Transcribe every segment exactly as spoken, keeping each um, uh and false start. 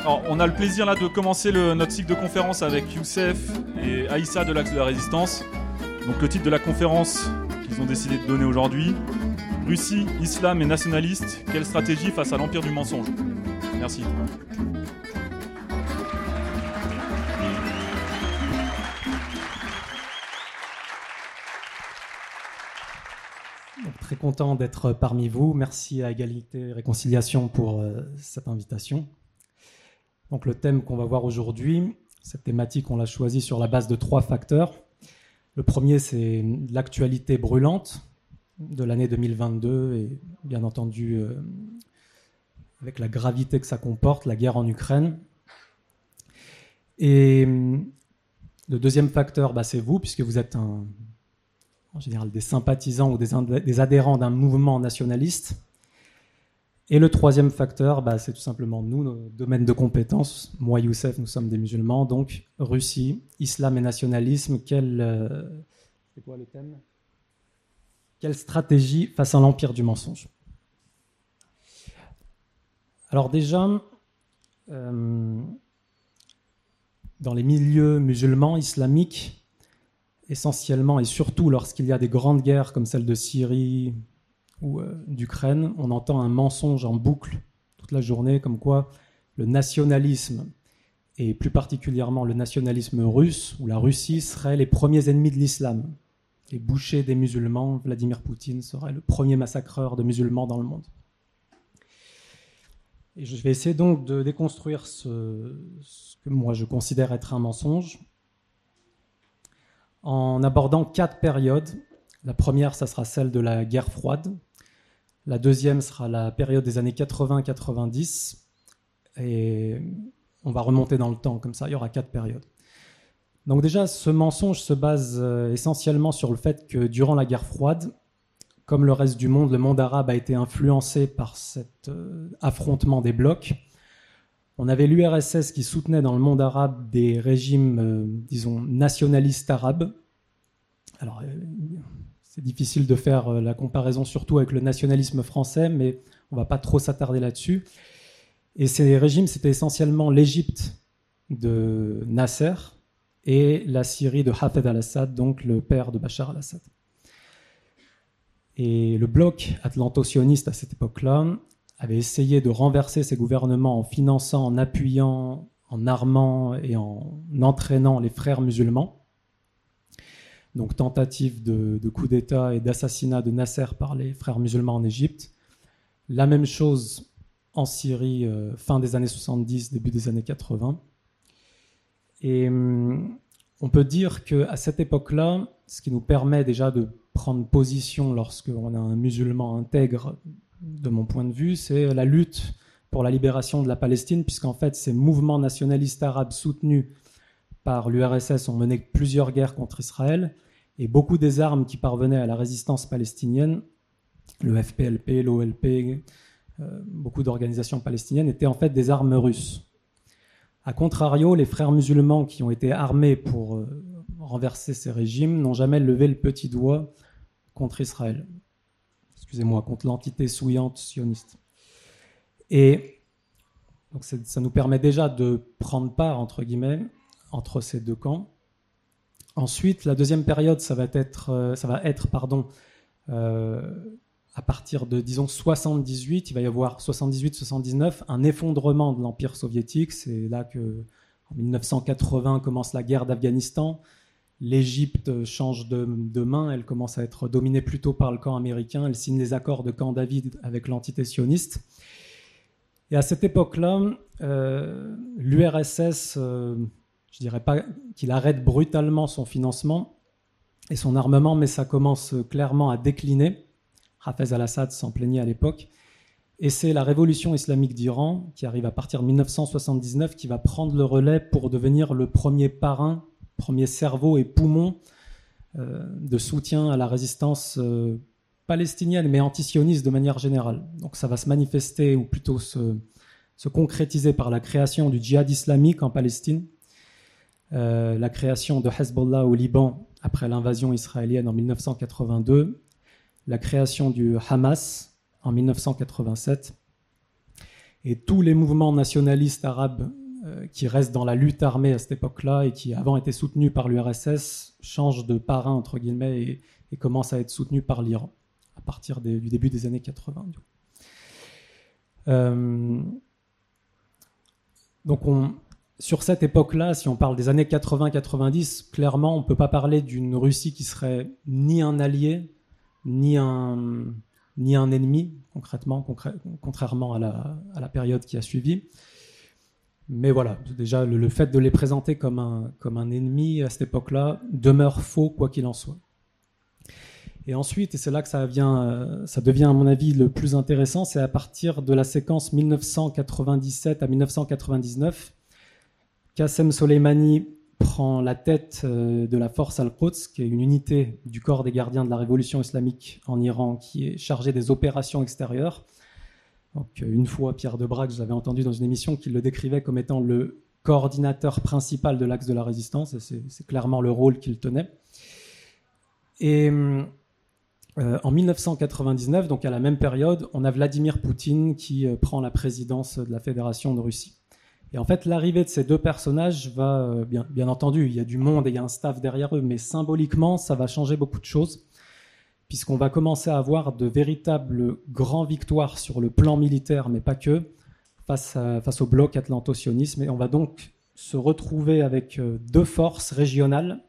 Alors, on a le plaisir là de commencer le, notre cycle de conférence avec Youssef et Aïssa de l'Axe de la Résistance. Donc le titre de la conférence qu'ils ont décidé de donner aujourd'hui, Russie, Islam et nationaliste, quelle stratégie face à l'empire du mensonge? Merci. Donc, très content d'être parmi vous. Merci à Égalité et Réconciliation pour euh, cette invitation. Donc, le thème qu'on va voir aujourd'hui, cette thématique, on l'a choisi sur la base de trois facteurs. Le premier, c'est l'actualité brûlante de l'année deux mille vingt-deux et bien entendu euh, avec la gravité que ça comporte, la guerre en Ukraine. Et le deuxième facteur, bah, c'est vous, puisque vous êtes un, en général des sympathisants ou des, des adhérents d'un mouvement nationaliste. Et le troisième facteur, bah, c'est tout simplement nous, nos domaines de compétences. Moi, Youssef, nous sommes des musulmans, donc Russie, islam et nationalisme. Quel, euh, c'est quoi le thème ? Quelle stratégie face à l'empire du mensonge ? Alors déjà, euh, dans les milieux musulmans, islamiques, essentiellement et surtout lorsqu'il y a des grandes guerres comme celle de Syrie ou euh, d'Ukraine, on entend un mensonge en boucle toute la journée, comme quoi le nationalisme, et plus particulièrement le nationalisme russe ou la Russie, seraient les premiers ennemis de l'islam. Les bouchers des musulmans, Vladimir Poutine serait le premier massacreur de musulmans dans le monde. Et je vais essayer donc de déconstruire ce, ce que moi je considère être un mensonge en abordant quatre périodes. La première, ça sera celle de la guerre froide. La deuxième sera la période des années quatre-vingts quatre-vingt-dix. Et on va remonter dans le temps, comme ça, il y aura quatre périodes. Donc déjà, ce mensonge se base essentiellement sur le fait que durant la guerre froide, comme le reste du monde, le monde arabe a été influencé par cet affrontement des blocs. On avait l'U R S S qui soutenait dans le monde arabe des régimes, euh, disons, nationalistes arabes. Alors, euh, c'est difficile de faire la comparaison, surtout avec le nationalisme français, mais on ne va pas trop s'attarder là-dessus. Et ces régimes, c'était essentiellement l'Égypte de Nasser et la Syrie de Hafez al-Assad, donc le père de Bachar al-Assad. Et le bloc atlanto-sioniste à cette époque-là avait essayé de renverser ces gouvernements en finançant, en appuyant, en armant et en entraînant les frères musulmans. Donc tentative de, de coup d'État et d'assassinat de Nasser par les frères musulmans en Égypte. La même chose en Syrie, euh, fin des années soixante-dix, début des années quatre-vingts. Et hum, on peut dire qu'à cette époque-là, ce qui nous permet déjà de prendre position lorsqu'on a un musulman intègre, de mon point de vue, c'est la lutte pour la libération de la Palestine, puisqu'en fait, ces mouvements nationalistes arabes soutenus par l'U R S S ont mené plusieurs guerres contre Israël, et beaucoup des armes qui parvenaient à la résistance palestinienne, le F P L P, l'O L P, euh, beaucoup d'organisations palestiniennes, étaient en fait des armes russes. A contrario, les frères musulmans qui ont été armés pour euh, renverser ces régimes n'ont jamais levé le petit doigt contre Israël. Excusez-moi, contre l'entité souillante sioniste. Et donc ça nous permet déjà de prendre part, entre guillemets, entre ces deux camps. Ensuite, la deuxième période, ça va être, ça va être pardon, euh, à partir de, disons, soixante-dix-huit, il va y avoir soixante-dix-huit soixante-dix-neuf, un effondrement de l'Empire soviétique. C'est là que, en mille neuf cent quatre-vingts, commence la guerre d'Afghanistan. L'Égypte change de, de main, elle commence à être dominée plutôt par le camp américain. Elle signe les accords de Camp David avec l'entité sioniste. Et à cette époque-là, euh, l'U R S S... Euh, je ne dirais pas qu'il arrête brutalement son financement et son armement, mais ça commence clairement à décliner. Hafez al-Assad s'en plaignait à l'époque. Et c'est la révolution islamique d'Iran, qui arrive à partir de mille neuf cent soixante-dix-neuf, qui va prendre le relais pour devenir le premier parrain, premier cerveau et poumon euh, de soutien à la résistance euh, palestinienne, mais antisioniste de manière générale. Donc ça va se manifester, ou plutôt se, se concrétiser par la création du djihad islamique en Palestine, Euh, la création de Hezbollah au Liban après l'invasion israélienne en mille neuf cent quatre-vingt-deux, la création du Hamas en mille neuf cent quatre-vingt-sept, Et tous les mouvements nationalistes arabes euh, qui restent dans la lutte armée à cette époque-là et qui avant étaient soutenus par l'U R S S changent de parrain, entre guillemets, et, et commencent à être soutenus par l'Iran à partir des, du début des années quatre-vingts. Euh, donc on, sur cette époque-là, si on parle des années quatre-vingts quatre-vingt-dix, clairement on ne peut pas parler d'une Russie qui serait ni un allié, ni un, ni un ennemi, concrètement, concré- contrairement à la, à la période qui a suivi. Mais voilà, déjà le, le fait de les présenter comme un, comme un ennemi à cette époque-là demeure faux, quoi qu'il en soit. Et ensuite, et c'est là que ça, vient, ça devient à mon avis le plus intéressant, c'est à partir de la séquence dix-neuf cent quatre-vingt-dix-sept à dix-neuf cent quatre-vingt-dix-neuf, Qassem Soleimani prend la tête de la force Al-Quds, qui est une unité du corps des gardiens de la révolution islamique en Iran, qui est chargée des opérations extérieures. Donc, une fois, Pierre Debrac, j'avais entendu dans une émission qu'il le décrivait comme étant le coordinateur principal de l'axe de la résistance, et c'est, c'est clairement le rôle qu'il tenait. Et euh, en dix-neuf cent quatre-vingt-dix-neuf, donc à la même période, on a Vladimir Poutine qui euh, prend la présidence de la Fédération de Russie. Et en fait, l'arrivée de ces deux personnages va, euh, bien, bien entendu, il y a du monde et il y a un staff derrière eux, mais symboliquement, ça va changer beaucoup de choses, puisqu'on va commencer à avoir de véritables grandes victoires sur le plan militaire, mais pas que, face, à, face au bloc atlanto-sionisme. Et on va donc se retrouver avec euh, deux forces régionales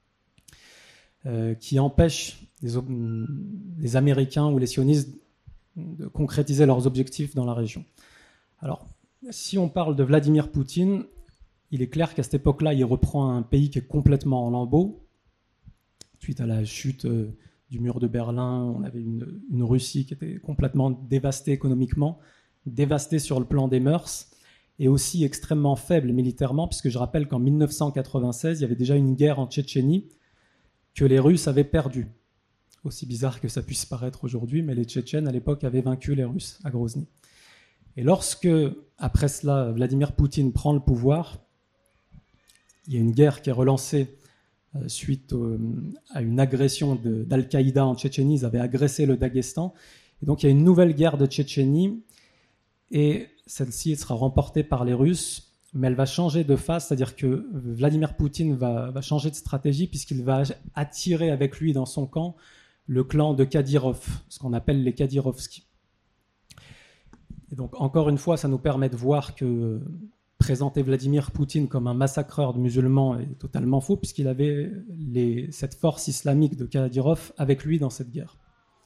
euh, qui empêchent les, les Américains ou les sionistes de concrétiser leurs objectifs dans la région. Alors, si on parle de Vladimir Poutine, il est clair qu'à cette époque-là, il reprend un pays qui est complètement en lambeaux. Suite à la chute euh, du mur de Berlin, on avait une, une Russie qui était complètement dévastée économiquement, dévastée sur le plan des mœurs, et aussi extrêmement faible militairement, puisque je rappelle qu'en dix-neuf cent quatre-vingt-seize, il y avait déjà une guerre en Tchétchénie que les Russes avaient perdue. Aussi bizarre que ça puisse paraître aujourd'hui, mais les Tchétchènes, à l'époque, avaient vaincu les Russes à Grozny. Et lorsque, après cela, Vladimir Poutine prend le pouvoir, il y a une guerre qui est relancée euh, suite au, à une agression de, d'Al-Qaïda en Tchétchénie. Ils avaient agressé le Daghestan. Et donc, il y a une nouvelle guerre de Tchétchénie. Et celle-ci sera remportée par les Russes, mais elle va changer de face, c'est-à-dire que Vladimir Poutine va, va changer de stratégie puisqu'il va attirer avec lui dans son camp le clan de Kadyrov, ce qu'on appelle les Kadyrovskis. Et donc, encore une fois, ça nous permet de voir que présenter Vladimir Poutine comme un massacreur de musulmans est totalement faux, puisqu'il avait les, cette force islamique de Kadyrov avec lui dans cette guerre.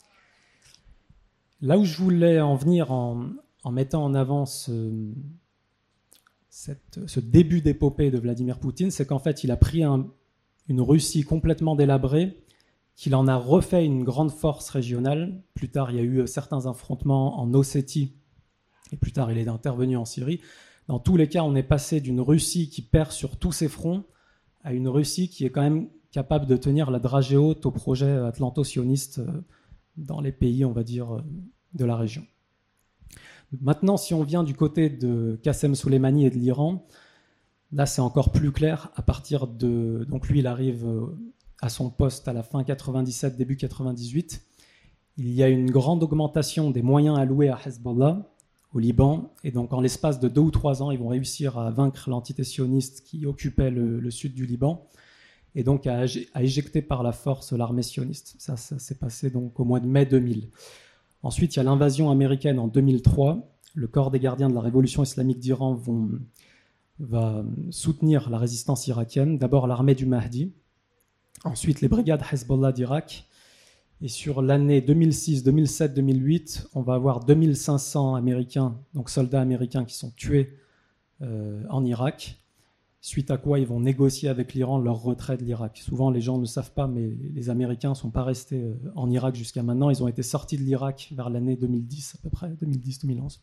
Là où je voulais en venir en, en mettant en avant ce, cette, ce début d'épopée de Vladimir Poutine, c'est qu'en fait, il a pris un, une Russie complètement délabrée, qu'il en a refait une grande force régionale. Plus tard, il y a eu certains affrontements en Ossétie, et plus tard, il est intervenu en Syrie. Dans tous les cas, on est passé d'une Russie qui perd sur tous ses fronts à une Russie qui est quand même capable de tenir la dragée haute au projet atlanto-sioniste dans les pays, on va dire, de la région. Maintenant, si on vient du côté de Qassem Soleimani et de l'Iran, là, c'est encore plus clair. À partir de... Donc lui, il arrive à son poste à la fin quatre-vingt-dix-sept, début quatre-vingt-dix-huit. Il y a une grande augmentation des moyens alloués à Hezbollah au Liban, et donc en l'espace de deux ou trois ans, ils vont réussir à vaincre l'entité sioniste qui occupait le, le sud du Liban, et donc à, à éjecter par la force l'armée sioniste. Ça, ça s'est passé donc au mois de mai deux mille. Ensuite, il y a l'invasion américaine en deux mille trois. Le corps des gardiens de la révolution islamique d'Iran vont, va soutenir la résistance irakienne. D'abord l'armée du Mahdi, ensuite les brigades Hezbollah d'Irak. Et sur l'année deux mille six, deux mille sept, deux mille huit, on va avoir deux mille cinq cents Américains, donc soldats américains qui sont tués euh, en Irak, suite à quoi ils vont négocier avec l'Iran leur retrait de l'Irak. Souvent, les gens ne savent pas, mais les Américains ne sont pas restés euh, en Irak jusqu'à maintenant. Ils ont été sortis de l'Irak vers l'année deux mille dix, à peu près, deux mille dix deux mille onze.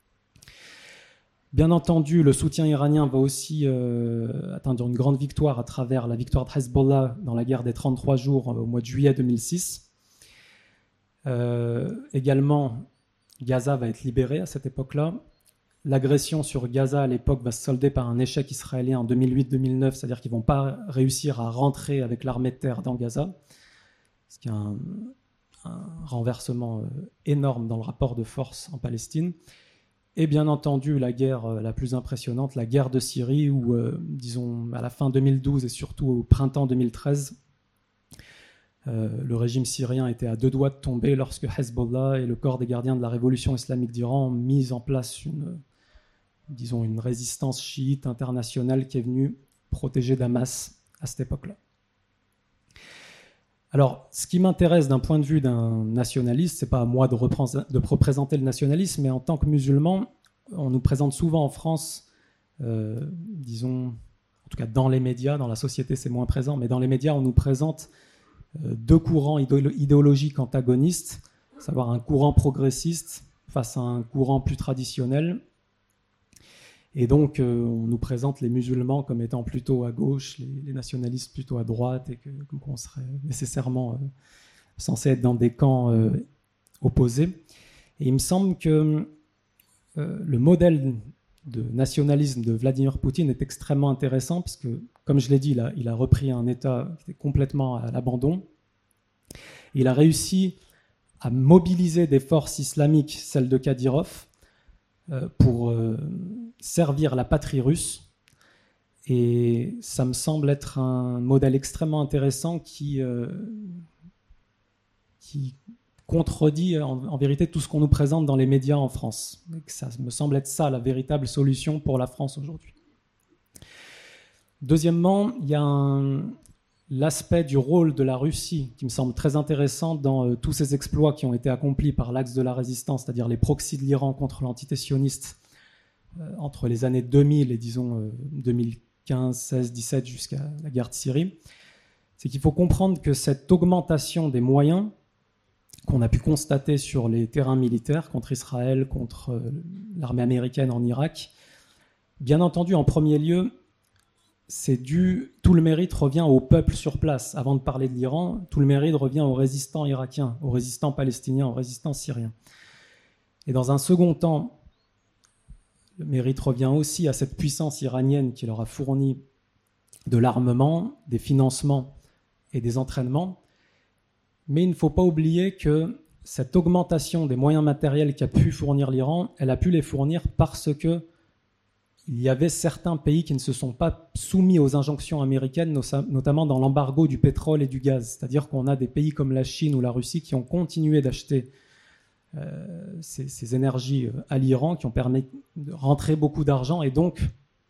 Bien entendu, le soutien iranien va aussi euh, atteindre une grande victoire à travers la victoire de Hezbollah dans la guerre des trente-trois jours euh, au mois de juillet deux mille six. Euh, également, Gaza va être libérée à cette époque-là. L'agression sur Gaza à l'époque va se solder par un échec israélien en deux mille huit deux mille neuf, c'est-à-dire qu'ils ne vont pas réussir à rentrer avec l'armée de terre dans Gaza, ce qui est un, un renversement énorme dans le rapport de force en Palestine. et bien entendu la guerre euh, la plus impressionnante, la guerre de Syrie, où, euh, disons, à la fin deux mille douze et surtout au printemps deux mille treize, euh, le régime syrien était à deux doigts de tomber lorsque Hezbollah et le corps des gardiens de la révolution islamique d'Iran ont mis en place une, disons, une résistance chiite internationale qui est venue protéger Damas à cette époque-là. Alors, ce qui m'intéresse d'un point de vue d'un nationaliste, c'est pas à moi de, de représenter le nationalisme, mais en tant que musulman, on nous présente souvent en France, euh, disons, en tout cas dans les médias, dans la société c'est moins présent, mais dans les médias on nous présente euh, deux courants idéolo- idéologiques antagonistes, à savoir un courant progressiste face à un courant plus traditionnel. Et donc, euh, on nous présente les musulmans comme étant plutôt à gauche, les, les nationalistes plutôt à droite, et que, comme qu'on serait nécessairement euh, censé être dans des camps euh, opposés. Et il me semble que euh, le modèle de nationalisme de Vladimir Poutine est extrêmement intéressant, parce que, comme je l'ai dit, il a, il a repris un État qui était complètement à l'abandon. Il a réussi à mobiliser des forces islamiques, celles de Kadyrov, euh, pour... Euh, servir la patrie russe, et ça me semble être un modèle extrêmement intéressant qui, euh, qui contredit en, en vérité tout ce qu'on nous présente dans les médias en France. Et que ça me semble être ça la véritable solution pour la France aujourd'hui. Deuxièmement, il y a un, l'aspect du rôle de la Russie qui me semble très intéressant dans euh, tous ces exploits qui ont été accomplis par l'axe de la résistance, c'est-à-dire les proxys de l'Iran contre l'entité sioniste entre les années deux mille et disons euh, deux mille quinze, seize, dix-sept jusqu'à la guerre de Syrie, c'est qu'il faut comprendre que cette augmentation des moyens qu'on a pu constater sur les terrains militaires contre Israël, contre euh, l'armée américaine en Irak, bien entendu, en premier lieu, c'est dû, tout le mérite revient au peuple sur place. Avant de parler de l'Iran, tout le mérite revient aux résistants irakiens, aux résistants palestiniens, aux résistants syriens. Et dans un second temps, le mérite revient aussi à cette puissance iranienne qui leur a fourni de l'armement, des financements et des entraînements. Mais il ne faut pas oublier que cette augmentation des moyens matériels qu'a pu fournir l'Iran, elle a pu les fournir parce que il y avait certains pays qui ne se sont pas soumis aux injonctions américaines, notamment dans l'embargo du pétrole et du gaz. C'est-à-dire qu'on a des pays comme la Chine ou la Russie qui ont continué d'acheter Euh, ces, ces énergies à l'Iran, qui ont permis de rentrer beaucoup d'argent et donc,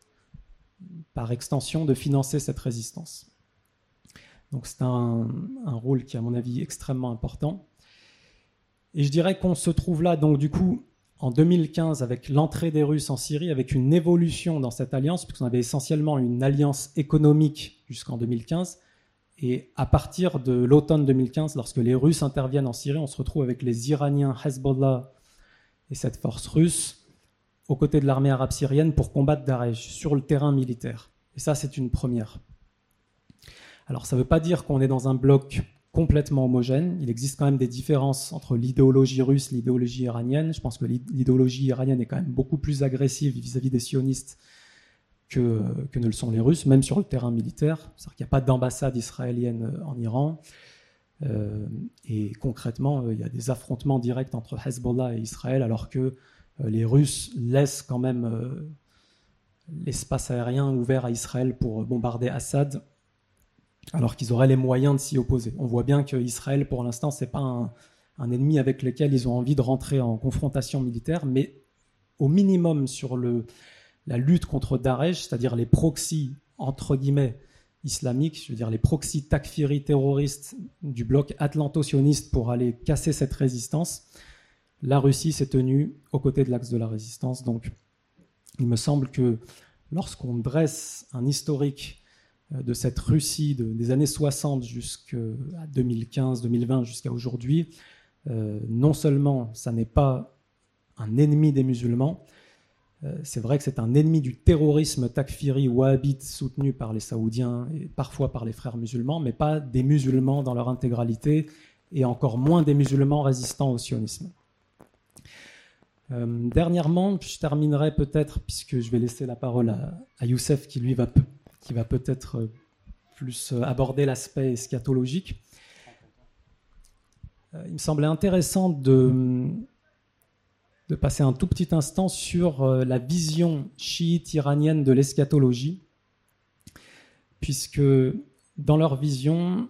par extension, de financer cette résistance. Donc c'est un, un rôle qui est, à mon avis, extrêmement important. Et je dirais qu'on se trouve là, donc du coup, en deux mille quinze, avec l'entrée des Russes en Syrie, avec une évolution dans cette alliance, puisqu'on avait essentiellement une alliance économique jusqu'en deux mille quinze. Et à partir de l'automne deux mille quinze, lorsque les Russes interviennent en Syrie, on se retrouve avec les Iraniens, Hezbollah et cette force russe aux côtés de l'armée arabe syrienne pour combattre Daesh sur le terrain militaire. Et ça, c'est une première. Alors, ça ne veut pas dire qu'on est dans un bloc complètement homogène. Il existe quand même des différences entre l'idéologie russe et l'idéologie iranienne. Je pense que l'idéologie iranienne est quand même beaucoup plus agressive vis-à-vis des sionistes Que, que ne le sont les Russes, même sur le terrain militaire. C'est-à-dire qu'il n'y a pas d'ambassade israélienne en Iran. Euh, et concrètement, euh, il y a des affrontements directs entre Hezbollah et Israël, alors que euh, les Russes laissent quand même euh, l'espace aérien ouvert à Israël pour bombarder Assad, alors qu'ils auraient les moyens de s'y opposer. On voit bien qu'Israël, pour l'instant, ce n'est pas un, un ennemi avec lequel ils ont envie de rentrer en confrontation militaire, mais au minimum sur le la lutte contre Daesh, c'est-à-dire les proxys, entre guillemets, islamiques, je veux dire les proxys takfiri terroristes du bloc atlanto-sioniste pour aller casser cette résistance, la Russie s'est tenue aux côtés de l'axe de la résistance. Donc, il me semble que lorsqu'on dresse un historique de cette Russie de, des années soixante jusqu'à deux mille quinze, deux mille vingt, jusqu'à aujourd'hui, euh, non seulement ça n'est pas un ennemi des musulmans, c'est vrai que c'est un ennemi du terrorisme takfiri wahhabite soutenu par les Saoudiens et parfois par les frères musulmans, mais pas des musulmans dans leur intégralité et encore moins des musulmans résistants au sionisme. Euh, dernièrement, je terminerai peut-être, puisque je vais laisser la parole à, à Youssef qui lui va, qui va peut-être plus aborder l'aspect eschatologique. Euh, il me semblait intéressant de... de passer un tout petit instant sur euh, la vision chiite iranienne de l'eschatologie, puisque dans leur vision,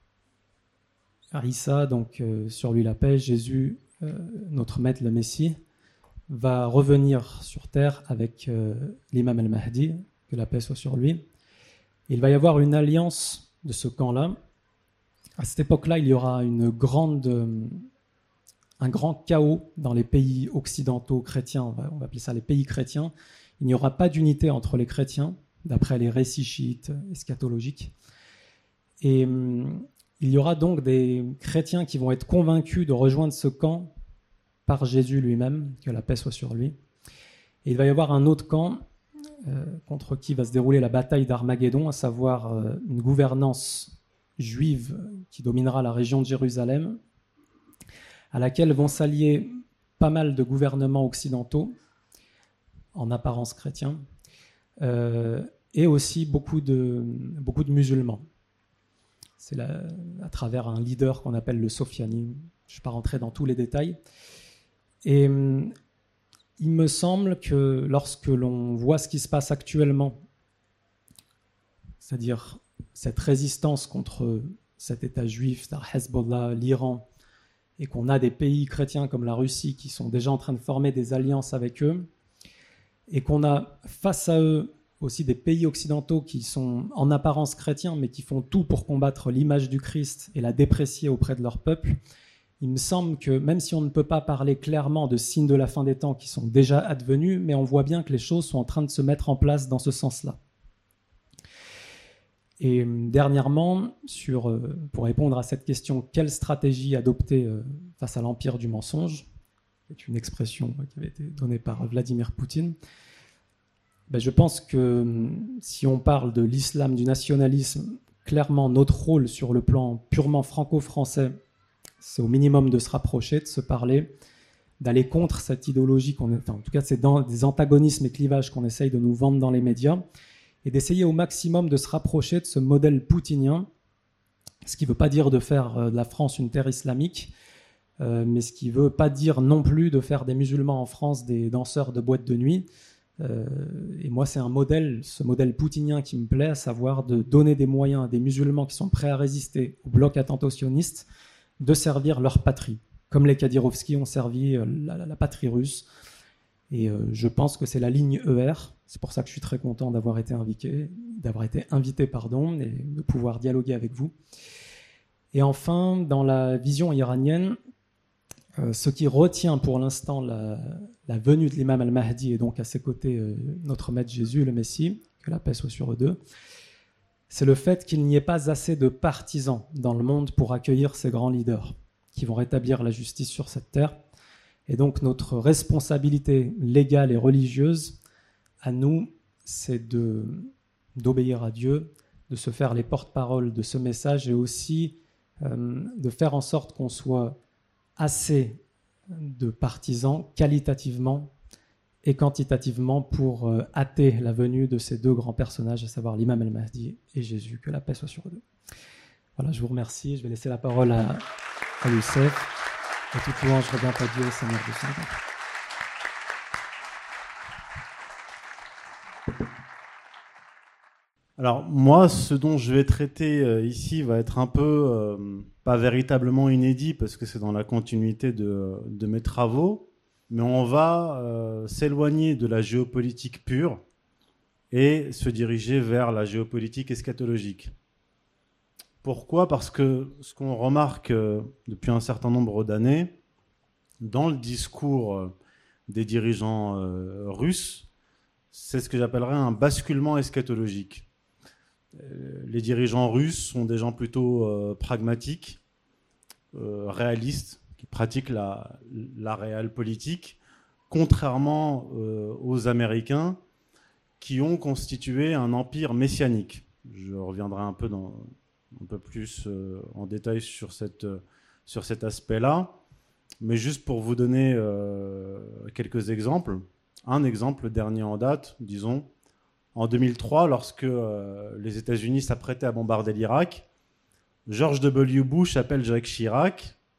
Isa, donc euh, sur lui la paix, Jésus, euh, notre maître, le Messie, va revenir sur terre avec euh, l'imam al-Mahdi, que la paix soit sur lui. Il va y avoir une alliance de ce camp-là. À cette époque-là, il y aura une grande, euh, un grand chaos dans les pays occidentaux chrétiens, on va, on va appeler ça les pays chrétiens. Il n'y aura pas d'unité entre les chrétiens, d'après les récits chiites eschatologiques. Et euh, il y aura donc des chrétiens qui vont être convaincus de rejoindre ce camp par Jésus lui-même, que la paix soit sur lui. Et il va y avoir un autre camp euh, contre qui va se dérouler la bataille d'Armageddon, à savoir euh, une gouvernance juive qui dominera la région de Jérusalem, à laquelle vont s'allier pas mal de gouvernements occidentaux, en apparence chrétiens, euh, et aussi beaucoup de, beaucoup de musulmans. C'est la, à travers un leader qu'on appelle le Sofiani. Je ne vais pas rentrer dans tous les détails. Et euh, il me semble que lorsque l'on voit ce qui se passe actuellement, c'est-à-dire cette résistance contre cet État juif, Hezbollah, l'Iran, et qu'on a des pays chrétiens comme la Russie qui sont déjà en train de former des alliances avec eux, et qu'on a face à eux aussi des pays occidentaux qui sont en apparence chrétiens, mais qui font tout pour combattre l'image du Christ et la déprécier auprès de leur peuple, il me semble que même si on ne peut pas parler clairement de signes de la fin des temps qui sont déjà advenus, mais on voit bien que les choses sont en train de se mettre en place dans ce sens-là. Et dernièrement, sur, pour répondre à cette question, quelle stratégie adopter face à l'empire du mensonge, qui est une expression qui avait été donnée par Vladimir Poutine, ben je pense que si on parle de l'islam, du nationalisme, clairement notre rôle sur le plan purement franco-français, c'est au minimum de se rapprocher, de se parler, d'aller contre cette idéologie, qu'on, enfin, en tout cas c'est dans des antagonismes et clivages qu'on essaye de nous vendre dans les médias, et d'essayer au maximum de se rapprocher de ce modèle poutinien, ce qui ne veut pas dire de faire de la France une terre islamique, euh, mais ce qui ne veut pas dire non plus de faire des musulmans en France des danseurs de boîte de nuit. Euh, et moi, c'est un modèle, ce modèle poutinien qui me plaît, à savoir de donner des moyens à des musulmans qui sont prêts à résister au bloc attentationiste, de servir leur patrie, comme les Kadyrovski ont servi la, la, la patrie russe. Et euh, je pense que c'est la ligne E R. C'est pour ça que je suis très content d'avoir été invité, d'avoir été invité, pardon, et de pouvoir dialoguer avec vous. Et enfin, dans la vision iranienne, euh, ce qui retient pour l'instant la, la venue de l'imam al-Mahdi et donc à ses côtés euh, notre maître Jésus, le Messie, que la paix soit sur eux deux, c'est le fait qu'il n'y ait pas assez de partisans dans le monde pour accueillir ces grands leaders qui vont rétablir la justice sur cette terre. Et donc notre responsabilité légale et religieuse, à nous, c'est de, d'obéir à Dieu, de se faire les porte-paroles de ce message et aussi euh, de faire en sorte qu'on soit assez de partisans qualitativement et quantitativement pour euh, hâter la venue de ces deux grands personnages, à savoir l'imam al-Mahdi et Jésus, que la paix soit sur eux deux. Voilà, je vous remercie. Je vais laisser la parole à, à Youssef. Et toute louange revient à Dieu, Seigneur de son nom. Alors moi, ce dont je vais traiter euh, ici va être un peu, euh, pas véritablement inédit, parce que c'est dans la continuité de, de mes travaux, mais on va euh, s'éloigner de la géopolitique pure et se diriger vers la géopolitique eschatologique. Pourquoi ? Parce que ce qu'on remarque euh, depuis un certain nombre d'années, dans le discours euh, des dirigeants euh, russes, c'est ce que j'appellerais un basculement eschatologique. Euh, les dirigeants russes sont des gens plutôt euh, pragmatiques, euh, réalistes, qui pratiquent la, la réelle politique, contrairement euh, aux Américains qui ont constitué un empire messianique. Je reviendrai un peu, dans, un peu plus euh, en détail sur, cette, sur cet aspect-là, mais juste pour vous donner euh, quelques exemples. Un exemple dernier en date, disons, en deux mille trois, lorsque euh, les États-Unis s'apprêtaient à bombarder l'Irak, George W. Bush appelle Jacques Chirac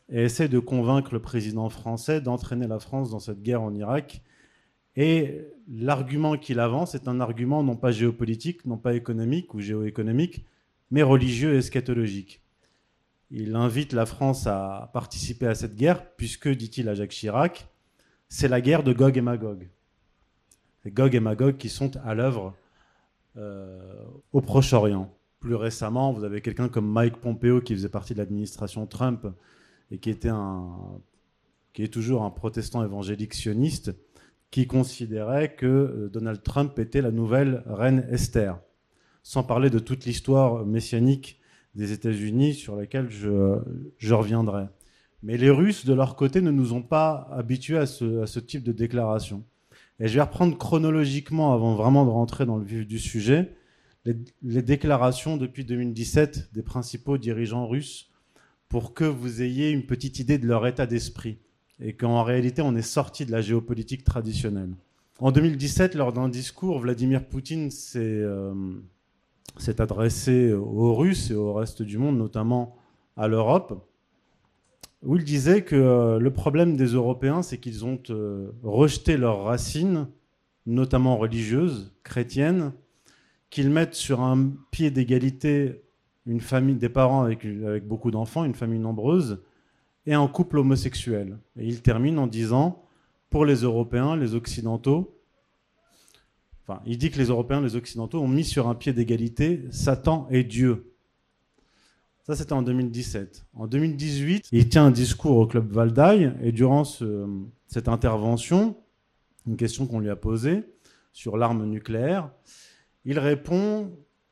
et essaie de convaincre le président français d'entraîner la France dans cette guerre en Irak. Et l'argument qu'il avance est un argument non pas géopolitique, non pas économique ou géoéconomique, mais religieux et eschatologique. Il invite la France à participer à cette guerre, puisque, dit-il à Jacques Chirac, c'est la guerre de Gog et Magog. C'est Gog et Magog qui sont à l'œuvre euh, au Proche-Orient. Plus récemment, vous avez quelqu'un comme Mike Pompeo qui faisait partie de l'administration Trump et qui, était un, qui est toujours un protestant évangélique sioniste, qui considérait que Donald Trump était la nouvelle reine Esther, sans parler de toute l'histoire messianique des États-Unis sur laquelle je, je reviendrai. Mais les Russes, de leur côté, ne nous ont pas habitués à ce, à ce type de déclaration. Et je vais reprendre chronologiquement, avant vraiment de rentrer dans le vif du sujet, les, les déclarations depuis deux mille dix-sept des principaux dirigeants russes pour que vous ayez une petite idée de leur état d'esprit. Et qu'en réalité, on est sorti de la géopolitique traditionnelle. En deux mille dix-sept, lors d'un discours, Vladimir Poutine s'est, euh, s'est adressé aux Russes et au reste du monde, notamment à l'Europe, où il disait que euh, le problème des Européens, c'est qu'ils ont euh, rejeté leurs racines, notamment religieuses, chrétiennes, qu'ils mettent sur un pied d'égalité une famille, des parents avec, avec beaucoup d'enfants, une famille nombreuse, et un couple homosexuel. Et il termine en disant, pour les Européens, les Occidentaux, enfin, il dit que les Européens, les Occidentaux ont mis sur un pied d'égalité Satan et Dieu. Ça, c'était en deux mille dix-sept. En deux mille dix-huit, il tient un discours au Club Valdaï, et durant ce, cette intervention, une question qu'on lui a posée sur l'arme nucléaire, il répond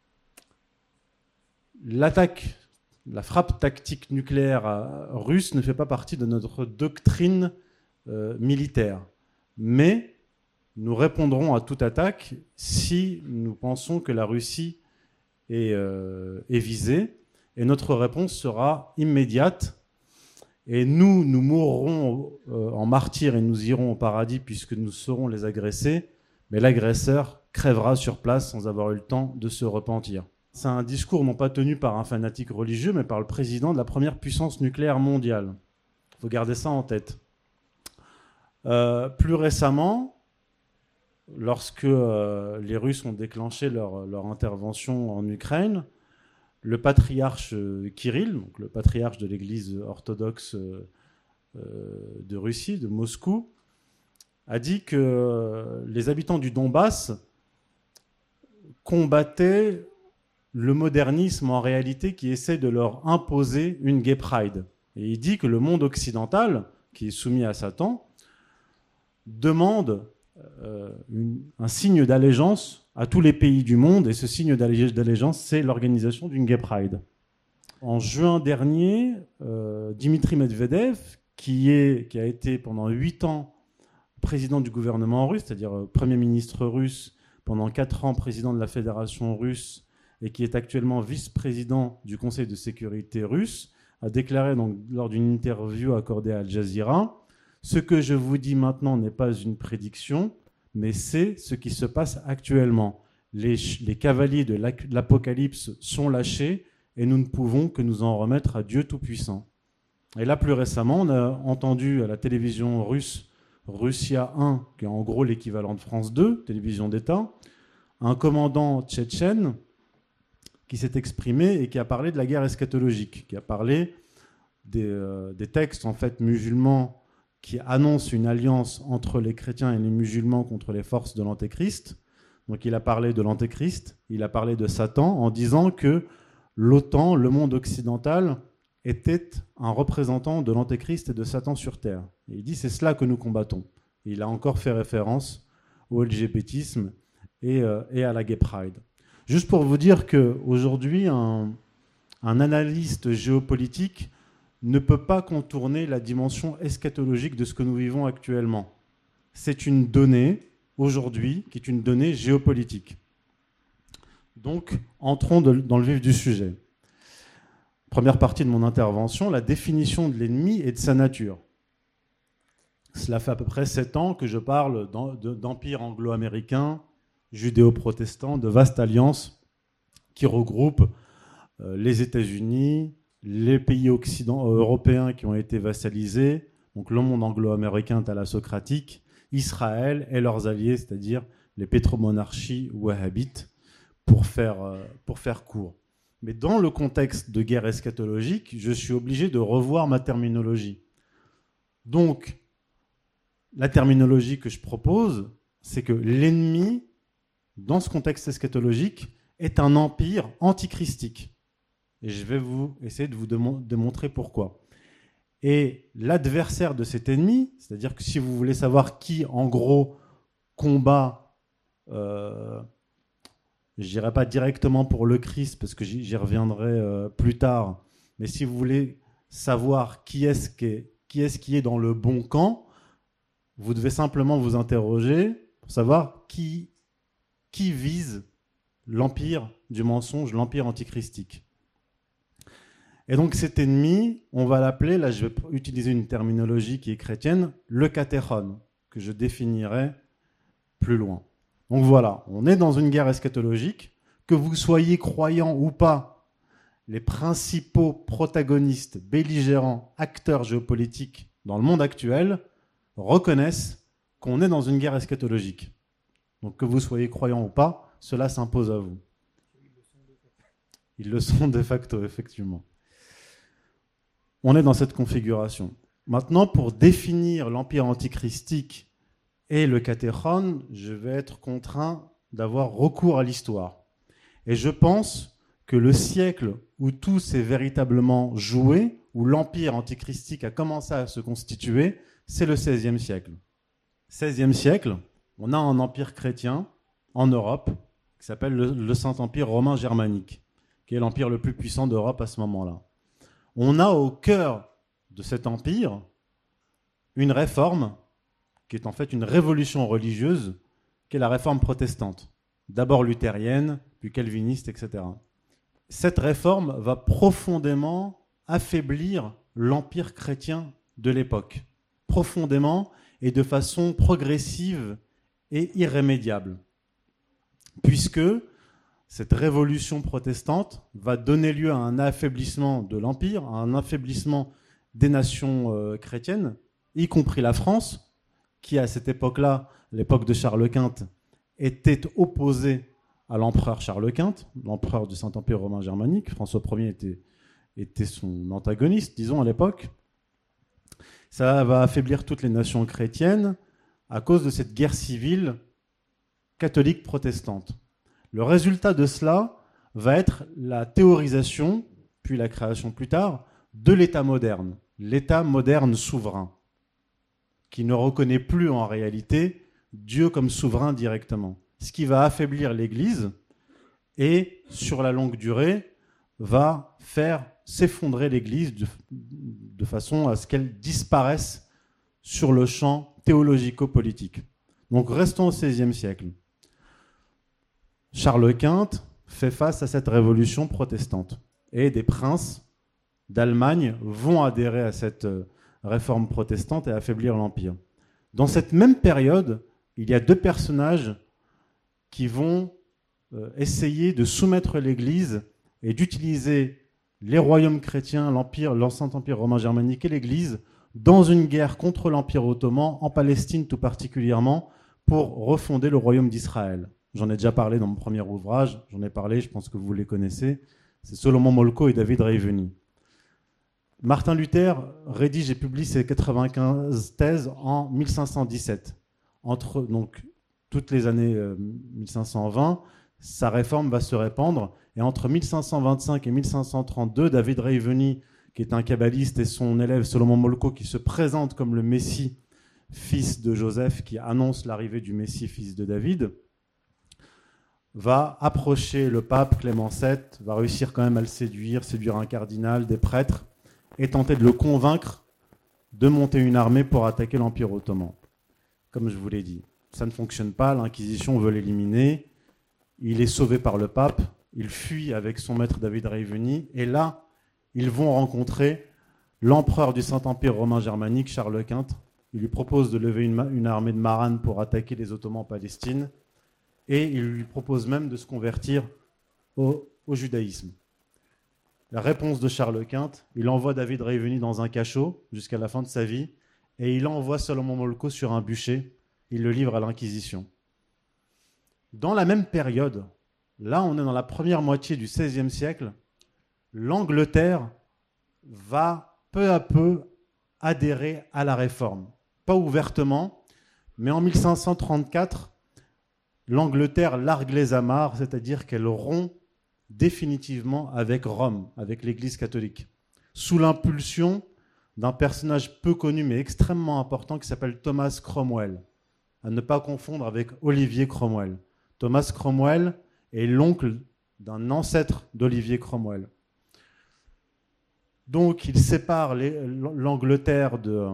« L'attaque La frappe tactique nucléaire russe ne fait pas partie de notre doctrine euh, militaire. Mais nous répondrons à toute attaque si nous pensons que la Russie est, euh, est visée. Et notre réponse sera immédiate. Et nous, nous mourrons euh, en martyrs et nous irons au paradis puisque nous serons les agressés. Mais l'agresseur crèvera sur place sans avoir eu le temps de se repentir. C'est un discours non pas tenu par un fanatique religieux, mais par le président de la première puissance nucléaire mondiale. Il faut garder ça en tête. Euh, plus récemment, lorsque euh, les Russes ont déclenché leur, leur intervention en Ukraine, le patriarche euh, Kirill, donc le patriarche de l'église orthodoxe euh, de Russie, de Moscou, a dit que euh, les habitants du Donbass combattaient le modernisme en réalité qui essaie de leur imposer une gay pride. Et il dit que le monde occidental, qui est soumis à Satan, demande euh, une, un signe d'allégeance à tous les pays du monde, et ce signe d'allégeance, c'est l'organisation d'une gay pride. En juin dernier, euh, Dimitri Medvedev, qui, est, qui a été pendant huit ans président du gouvernement russe, c'est-à-dire euh, Premier ministre russe, pendant quatre ans président de la Fédération russe, et qui est actuellement vice-président du Conseil de sécurité russe, a déclaré donc, lors d'une interview accordée à Al Jazeera, « Ce que je vous dis maintenant n'est pas une prédiction, mais c'est ce qui se passe actuellement. Les, les cavaliers de l'Apocalypse sont lâchés et nous ne pouvons que nous en remettre à Dieu Tout-Puissant. » Et là, plus récemment, on a entendu à la télévision russe Russia un, qui est en gros l'équivalent de France deux, télévision d'État, un commandant tchétchène qui s'est exprimé et qui a parlé de la guerre eschatologique, qui a parlé des, euh, des textes en fait musulmans qui annoncent une alliance entre les chrétiens et les musulmans contre les forces de l'Antéchrist. Donc il a parlé de l'Antéchrist, il a parlé de Satan en disant que l'OTAN, le monde occidental, était un représentant de l'Antéchrist et de Satan sur Terre. Et il dit c'est cela que nous combattons. Et il a encore fait référence au LGBTisme et, euh, et à la Gay Pride. Juste pour vous dire qu'aujourd'hui, un, un analyste géopolitique ne peut pas contourner la dimension eschatologique de ce que nous vivons actuellement. C'est une donnée, aujourd'hui, qui est une donnée géopolitique. Donc, entrons de, dans le vif du sujet. Première partie de mon intervention, la définition de l'ennemi et de sa nature. Cela fait à peu près sept ans que je parle d'empire anglo-américain, judéo-protestant, de vaste alliance qui regroupe les États-Unis, les pays occidentaux, euh, européens qui ont été vassalisés, donc le monde anglo-américain thalassocratique, Israël et leurs alliés, c'est-à-dire les pétromonarchies wahhabites, pour faire, euh, pour faire court. Mais dans le contexte de guerre eschatologique, je suis obligé de revoir ma terminologie. Donc, la terminologie que je propose, c'est que l'ennemi, dans ce contexte eschatologique, est un empire antichristique. Et je vais vous essayer de vous démontrer pourquoi. Et l'adversaire de cet ennemi, c'est-à-dire que si vous voulez savoir qui, en gros, combat, euh, je dirais pas directement pour le Christ, parce que j'y reviendrai euh, plus tard, mais si vous voulez savoir qui est-ce qui est, qui est-ce qui est dans le bon camp, vous devez simplement vous interroger pour savoir qui, qui vise l'empire du mensonge, l'empire antichristique. Et donc cet ennemi, on va l'appeler, là je vais utiliser une terminologie qui est chrétienne, le katéron, que je définirai plus loin. Donc voilà, on est dans une guerre eschatologique, que vous soyez croyant ou pas, les principaux protagonistes, belligérants, acteurs géopolitiques dans le monde actuel reconnaissent qu'on est dans une guerre eschatologique. Donc que vous soyez croyant ou pas, cela s'impose à vous. Ils le sont de facto, effectivement. On est dans cette configuration. Maintenant, pour définir l'empire antichristique et le katéron, je vais être contraint d'avoir recours à l'histoire. Et je pense que le siècle où tout s'est véritablement joué, où l'empire antichristique a commencé à se constituer, c'est le seizième siècle. seizième siècle, on a un empire chrétien en Europe qui s'appelle le, le Saint-Empire romain germanique, qui est l'empire le plus puissant d'Europe à ce moment-là. On a au cœur de cet empire une réforme qui est en fait une révolution religieuse, qui est la réforme protestante. D'abord luthérienne, puis calviniste, et cetera. Cette réforme va profondément affaiblir l'empire chrétien de l'époque. Profondément et de façon progressive et irrémédiable. Puisque cette révolution protestante va donner lieu à un affaiblissement de l'Empire, à un affaiblissement des nations euh, chrétiennes, y compris la France, qui à cette époque-là, l'époque de Charles Quint, était opposée à l'empereur Charles Quint, l'empereur du Saint-Empire romain germanique. François Ier était, était son antagoniste, disons, à l'époque. Ça va affaiblir toutes les nations chrétiennes à cause de cette guerre civile catholique-protestante. Le résultat de cela va être la théorisation, puis la création plus tard, de l'État moderne, l'État moderne souverain, qui ne reconnaît plus en réalité Dieu comme souverain directement. Ce qui va affaiblir l'Église et, sur la longue durée, va faire s'effondrer l'Église de, de façon à ce qu'elle disparaisse sur le champ théologico-politique. Donc restons au seizième siècle. Charles Quint fait face à cette révolution protestante et des princes d'Allemagne vont adhérer à cette réforme protestante et affaiblir l'Empire. Dans cette même période, il y a deux personnages qui vont essayer de soumettre l'Église et d'utiliser les royaumes chrétiens, l'Empire, l'Ancien Empire romain germanique et l'Église dans une guerre contre l'Empire ottoman, en Palestine tout particulièrement, pour refonder le royaume d'Israël. J'en ai déjà parlé dans mon premier ouvrage, j'en ai parlé, je pense que vous les connaissez, c'est Solomon Molko et David Reiveni. Martin Luther rédige et publie ses quatre-vingt-quinze thèses en mille cinq cent dix-sept. Entre donc, toutes les années euh, mille cinq cent vingt, sa réforme va se répandre, et entre mille cinq cent vingt-cinq et mille cinq cent trente-deux, David Reiveni, qui est un kabbaliste, et son élève Solomon Molko, qui se présente comme le Messie, fils de Joseph, qui annonce l'arrivée du Messie, fils de David, va approcher le pape Clément sept, va réussir quand même à le séduire, séduire un cardinal, des prêtres, et tenter de le convaincre de monter une armée pour attaquer l'Empire ottoman. Comme je vous l'ai dit, ça ne fonctionne pas, l'Inquisition veut l'éliminer, il est sauvé par le pape, il fuit avec son maître David Reiveni, et là, ils vont rencontrer l'empereur du Saint-Empire romain germanique, Charles Quint. Il lui propose de lever une, une armée de Marane pour attaquer les Ottomans en Palestine, et il lui propose même de se convertir au, au judaïsme. la réponse de Charles Quint, il envoie David Rieveni dans un cachot jusqu'à la fin de sa vie, et il envoie Salomon Molko sur un bûcher, il le livre à l'Inquisition. Dans la même période, là on est dans la première moitié du seizième siècle, l'Angleterre va peu à peu adhérer à la Réforme. Pas ouvertement, mais en mille cinq cent trente-quatre, l'Angleterre largue les amarres, c'est-à-dire qu'elle rompt définitivement avec Rome, avec l'Église catholique, sous l'impulsion d'un personnage peu connu mais extrêmement important qui s'appelle Thomas Cromwell, à ne pas confondre avec Olivier Cromwell. Thomas Cromwell est l'oncle d'un ancêtre d'Olivier Cromwell. Donc il sépare les, l'Angleterre de,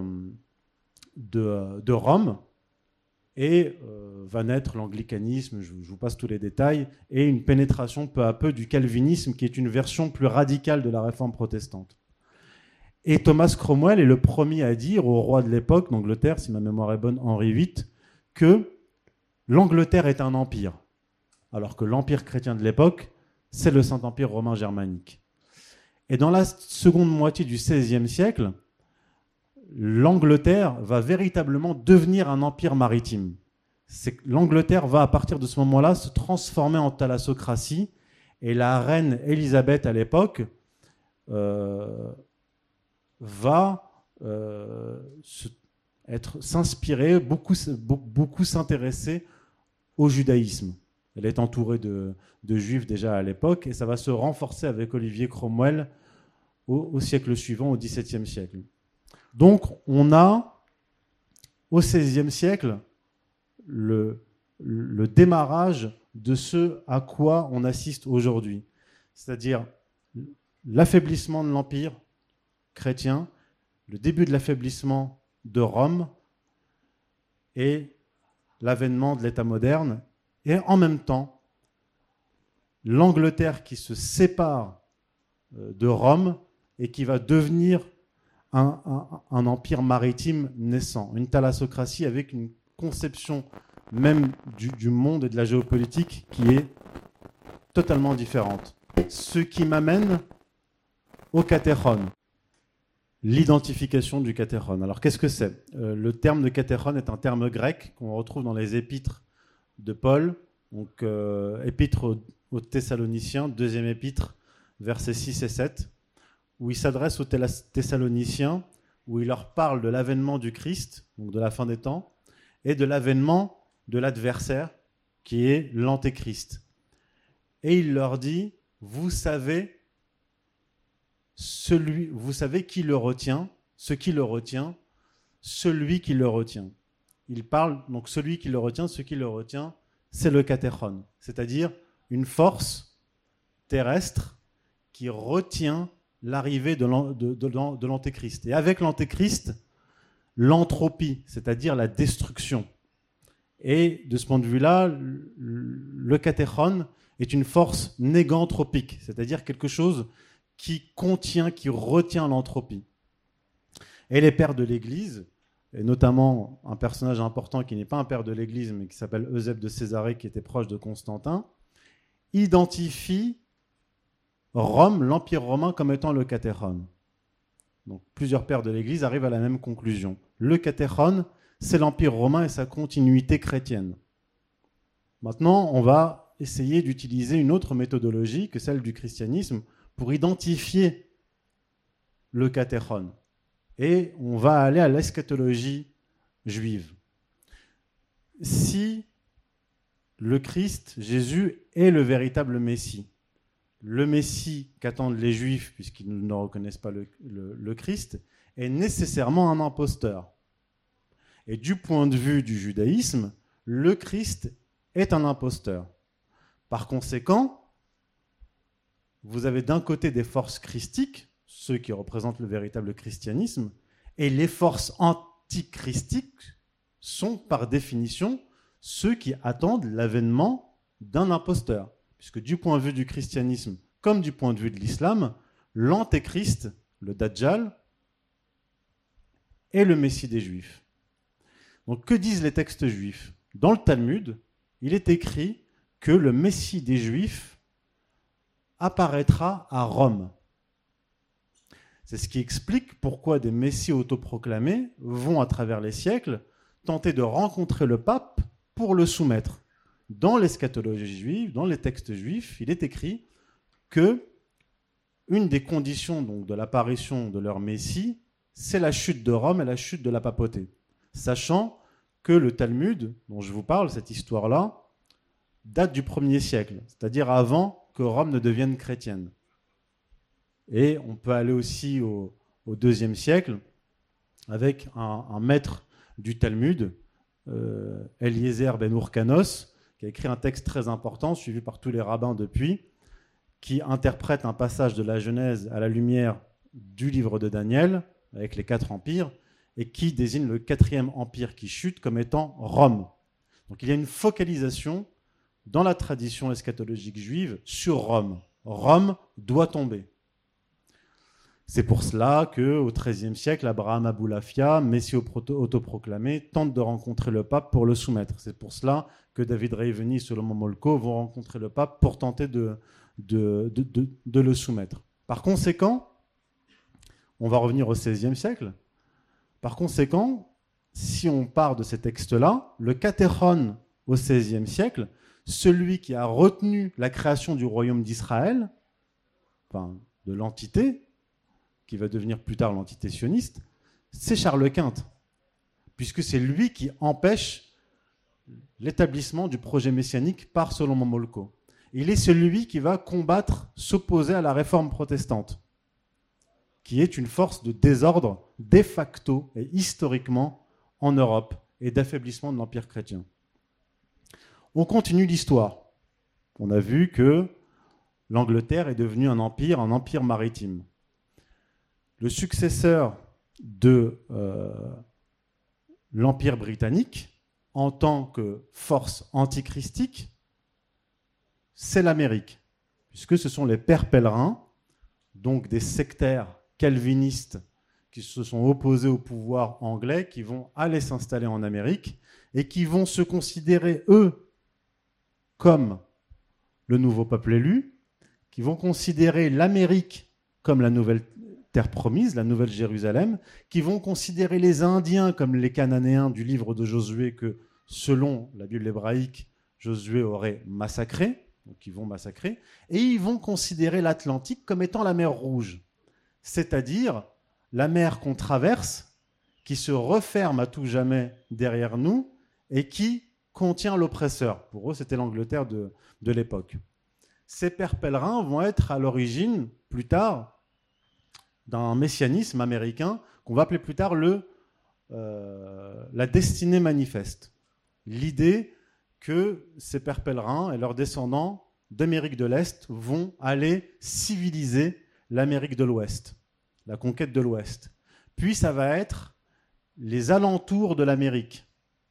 de, de Rome, et euh, va naître l'anglicanisme, je, je vous passe tous les détails, et une pénétration peu à peu du calvinisme, qui est une version plus radicale de la réforme protestante. Et Thomas Cromwell est le premier à dire au roi de l'époque d'Angleterre, si ma mémoire est bonne, Henri huit, que l'Angleterre est un empire, alors que l'empire chrétien de l'époque, c'est le Saint-Empire romain germanique. Et dans la seconde moitié du seizième siècle, l'Angleterre va véritablement devenir un empire maritime. C'est que l'Angleterre va, à partir de ce moment-là, se transformer en thalassocratie, et la reine Élisabeth, à l'époque, euh, va euh, se, être, s'inspirer, beaucoup, beaucoup s'intéresser au judaïsme. Elle est entourée de, de juifs déjà à l'époque, et ça va se renforcer avec Olivier Cromwell au, au siècle suivant, au dix-septième siècle. Donc, on a, au seizième siècle, le, le démarrage de ce à quoi on assiste aujourd'hui. C'est-à-dire l'affaiblissement de l'Empire chrétien, le début de l'affaiblissement de Rome et l'avènement de l'État moderne. Et en même temps, l'Angleterre qui se sépare de Rome et qui va devenir Un, un, un empire maritime naissant, une thalassocratie avec une conception même du, du monde et de la géopolitique qui est totalement différente. Ce qui m'amène au katechon, l'identification du katechon. Alors qu'est-ce que c'est ? euh, Le terme de katechon est un terme grec qu'on retrouve dans les épîtres de Paul, donc euh, épître aux, aux Thessaloniciens, deuxième épître, versets six et sept. Où il s'adresse aux Thessaloniciens, où il leur parle de l'avènement du Christ, donc de la fin des temps, et de l'avènement de l'adversaire, qui est l'antéchrist. Et il leur dit, vous savez, celui, vous savez qui le retient, ce qui le retient, celui qui le retient. Il parle, donc celui qui le retient, ce qui le retient, c'est le katechon, c'est-à-dire une force terrestre qui retient l'arrivée de, l'an, de, de, de l'antéchrist. Et avec l'antéchrist, l'entropie, c'est-à-dire la destruction. Et de ce point de vue-là, le katechon est une force négantropique, c'est-à-dire quelque chose qui contient, qui retient l'entropie. Et les pères de l'Église, et notamment un personnage important qui n'est pas un père de l'Église, mais qui s'appelle Eusèbe de Césarée, qui était proche de Constantin, identifient Rome, l'Empire romain, comme étant le katechon. Donc plusieurs pères de l'Église arrivent à la même conclusion. Le katechon, c'est l'Empire romain et sa continuité chrétienne. Maintenant, on va essayer d'utiliser une autre méthodologie que celle du christianisme pour identifier le katechon. Et on va aller à l'eschatologie juive. Si le Christ, Jésus, est le véritable Messie, le Messie qu'attendent les Juifs, puisqu'ils ne reconnaissent pas le, le, le Christ, est nécessairement un imposteur. Et du point de vue du judaïsme, le Christ est un imposteur. Par conséquent, vous avez d'un côté des forces christiques, ceux qui représentent le véritable christianisme, et les forces antichristiques sont par définition ceux qui attendent l'avènement d'un imposteur. Puisque du point de vue du christianisme, comme du point de vue de l'islam, l'antéchrist, le Dajjal, est le Messie des Juifs. Donc que disent les textes juifs ? Dans le Talmud, il est écrit que le Messie des Juifs apparaîtra à Rome. C'est ce qui explique pourquoi des messies autoproclamés vont, à travers les siècles, tenter de rencontrer le pape pour le soumettre. Dans l'eschatologie juive, dans les textes juifs, il est écrit que une des conditions donc, de l'apparition de leur messie, c'est la chute de Rome et la chute de la papauté. Sachant que le Talmud, dont je vous parle, cette histoire-là, date du premier siècle, c'est-à-dire avant que Rome ne devienne chrétienne. Et on peut aller aussi au, au deuxième siècle avec un, un maître du Talmud, euh, Eliezer ben Urkanos, qui a écrit un texte très important, suivi par tous les rabbins depuis, qui interprète un passage de la Genèse à la lumière du livre de Daniel, avec les quatre empires, et qui désigne le quatrième empire qui chute comme étant Rome. Donc il y a une focalisation dans la tradition eschatologique juive sur Rome. Rome doit tomber. C'est pour cela qu'au treizième siècle, Abraham Aboulafia, messie autoproclamé, tente de rencontrer le pape pour le soumettre. C'est pour cela que David Reiveni et Solomon Molko vont rencontrer le pape pour tenter de, de, de, de, de le soumettre. Par conséquent, on va revenir au seizième siècle. Par conséquent, si on part de ces textes-là, le Catéron au seizième siècle, celui qui a retenu la création du royaume d'Israël, enfin de l'entité, qui va devenir plus tard l'entité sioniste, c'est Charles Quint, puisque c'est lui qui empêche l'établissement du projet messianique par Solomon Molko. Il est celui qui va combattre, s'opposer à la réforme protestante, qui est une force de désordre de facto et historiquement en Europe et d'affaiblissement de l'Empire chrétien. On continue l'histoire. On a vu que l'Angleterre est devenue un empire, un empire maritime. Le successeur de euh, l'Empire britannique, en tant que force antichristique, c'est l'Amérique, puisque ce sont les pères pèlerins, donc des sectaires calvinistes qui se sont opposés au pouvoir anglais, qui vont aller s'installer en Amérique et qui vont se considérer, eux, comme le nouveau peuple élu, qui vont considérer l'Amérique comme la nouvelle terre promise, la nouvelle Jérusalem, qui vont considérer les Indiens comme les Cananéens du livre de Josué que, selon la Bible hébraïque, Josué aurait massacré, donc ils vont massacrer, et ils vont considérer l'Atlantique comme étant la mer Rouge, c'est-à-dire la mer qu'on traverse, qui se referme à tout jamais derrière nous et qui contient l'oppresseur. Pour eux, c'était l'Angleterre de, de l'époque. Ces pères pèlerins vont être à l'origine, plus tard, d'un messianisme américain qu'on va appeler plus tard le, euh, la destinée manifeste. L'idée que ces pères pèlerins et leurs descendants d'Amérique de l'Est vont aller civiliser l'Amérique de l'Ouest, la conquête de l'Ouest. Puis ça va être les alentours de l'Amérique.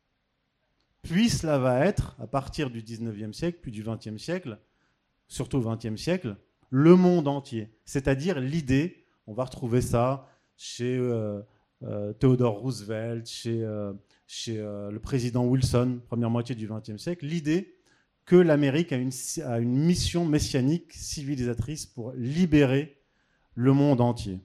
Puis cela va être, à partir du dix-neuvième siècle, puis du vingtième siècle, surtout au vingtième siècle, le monde entier. C'est-à-dire l'idée, on va retrouver ça chez euh, euh, Theodore Roosevelt, chez, euh, chez euh, le président Wilson, première moitié du vingtième siècle, l'idée que l'Amérique a une, a une mission messianique civilisatrice pour libérer le monde entier.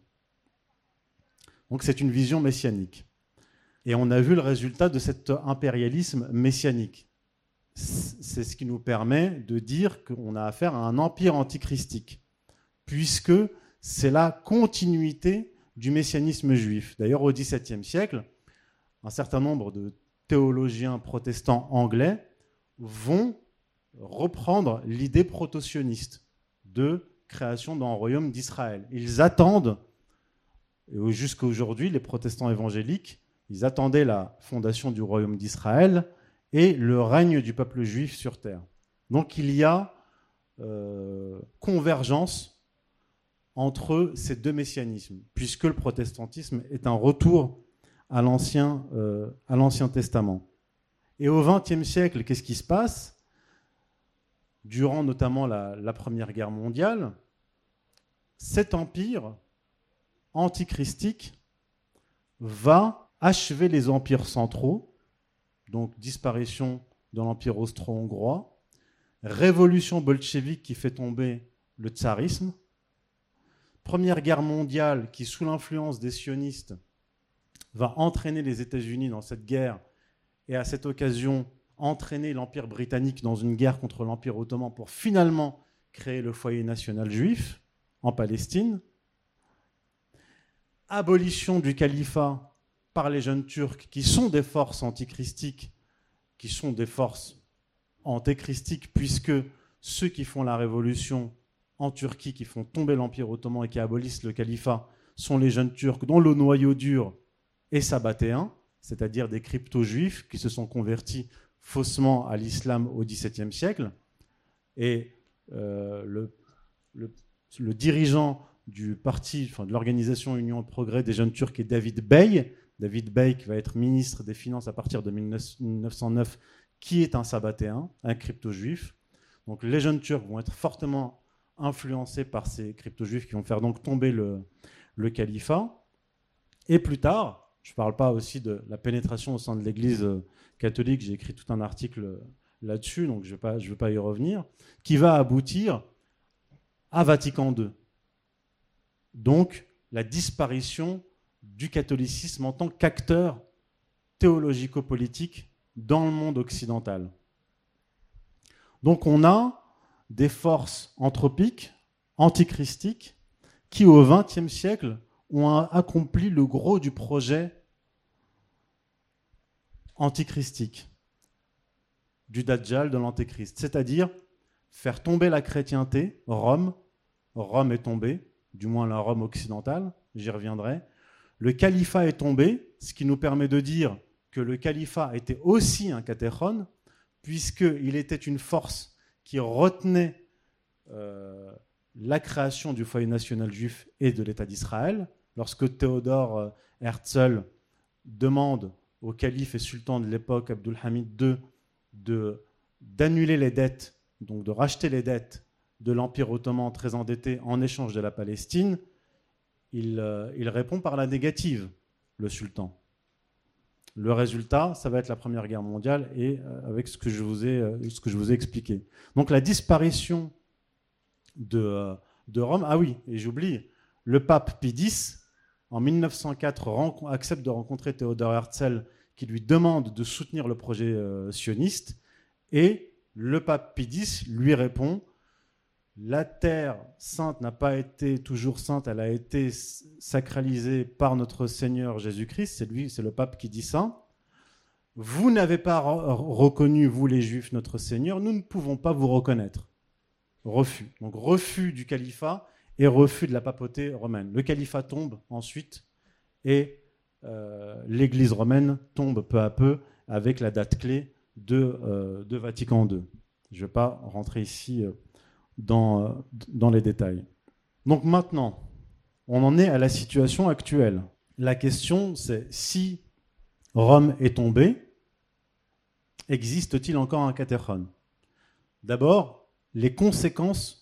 Donc c'est une vision messianique. Et on a vu le résultat de cet impérialisme messianique. C'est ce qui nous permet de dire qu'on a affaire à un empire antichristique, puisque c'est la continuité du messianisme juif. D'ailleurs, au dix-septième siècle, un certain nombre de théologiens protestants anglais vont reprendre l'idée proto-sioniste de création d'un royaume d'Israël. Ils attendent, et jusqu'à aujourd'hui, les protestants évangéliques, ils attendaient la fondation du royaume d'Israël et le règne du peuple juif sur terre. Donc il y a euh, convergence entre ces deux messianismes, puisque le protestantisme est un retour à l'Ancien, euh, à l'Ancien Testament. Et au vingtième siècle, qu'est-ce qui se passe ? Durant notamment la, la Première Guerre mondiale, cet empire antichristique va achever les empires centraux, donc disparition de l'empire austro-hongrois, révolution bolchevique qui fait tomber le tsarisme, Première Guerre mondiale qui, sous l'influence des sionistes, va entraîner les États-Unis dans cette guerre et à cette occasion entraîner l'Empire britannique dans une guerre contre l'Empire ottoman pour finalement créer le foyer national juif en Palestine. Abolition du califat par les jeunes Turcs qui sont des forces antichristiques, qui sont des forces antéchristiques puisque ceux qui font la révolution en Turquie, qui font tomber l'Empire ottoman et qui abolissent le califat, sont les jeunes Turcs dont le noyau dur est sabbatéen, c'est-à-dire des crypto-juifs qui se sont convertis faussement à l'islam au dix-septième siècle. Et euh, le, le, le dirigeant du parti, enfin de l'organisation Union et Progrès des jeunes Turcs est David Bey. David Bey qui va être ministre des Finances à partir de mille neuf cent neuf, qui est un sabbatéen, un crypto-juif. Donc les jeunes Turcs vont être fortement influencés par ces crypto-juifs qui vont faire donc tomber le, le califat. Et plus tard, je ne parle pas aussi de la pénétration au sein de l'Église catholique, j'ai écrit tout un article là-dessus, donc je ne vais pas, je vais pas y revenir, qui va aboutir à Vatican deux. Donc la disparition du catholicisme en tant qu'acteur théologico-politique dans le monde occidental. Donc on a des forces anthropiques, antichristiques, qui au vingtième siècle ont accompli le gros du projet antichristique, du Dajjal, de l'Antéchrist, c'est-à-dire faire tomber la chrétienté, Rome, Rome est tombée, du moins la Rome occidentale, j'y reviendrai. Le califat est tombé, ce qui nous permet de dire que le califat était aussi un catéchone, puisqu'il était une force qui retenait euh, la création du foyer national juif et de l'État d'Israël. Lorsque Théodore Herzl demande au calife et sultan de l'époque, Abdulhamid deux, de, d'annuler les dettes, donc de racheter les dettes de l'Empire ottoman très endetté en échange de la Palestine, il, euh, il répond par la négative, le sultan. Le résultat, ça va être la Première Guerre mondiale et euh, avec ce que, je vous ai, euh, ce que je vous ai expliqué. Donc la disparition de, euh, de Rome, ah oui, et j'oublie, le pape Pie X, en mille neuf cent quatre, rencontre, accepte de rencontrer Théodore Herzl qui lui demande de soutenir le projet euh, sioniste et le pape Pie X lui répond « La terre sainte n'a pas été toujours sainte, elle a été sacralisée par notre Seigneur Jésus-Christ. » C'est lui, c'est le pape qui dit ça. « Vous n'avez pas reconnu, vous les Juifs, notre Seigneur, nous ne pouvons pas vous reconnaître. » Refus. Donc refus du califat et refus de la papauté romaine. Le califat tombe ensuite et euh, l'Église romaine tombe peu à peu avec la date clé de, euh, de Vatican deux. Je ne vais pas rentrer ici euh, dans, euh, dans les détails. Donc maintenant, on en est à la situation actuelle. La question, c'est si Rome est tombée, existe-t-il encore un catéchone ? D'abord, les conséquences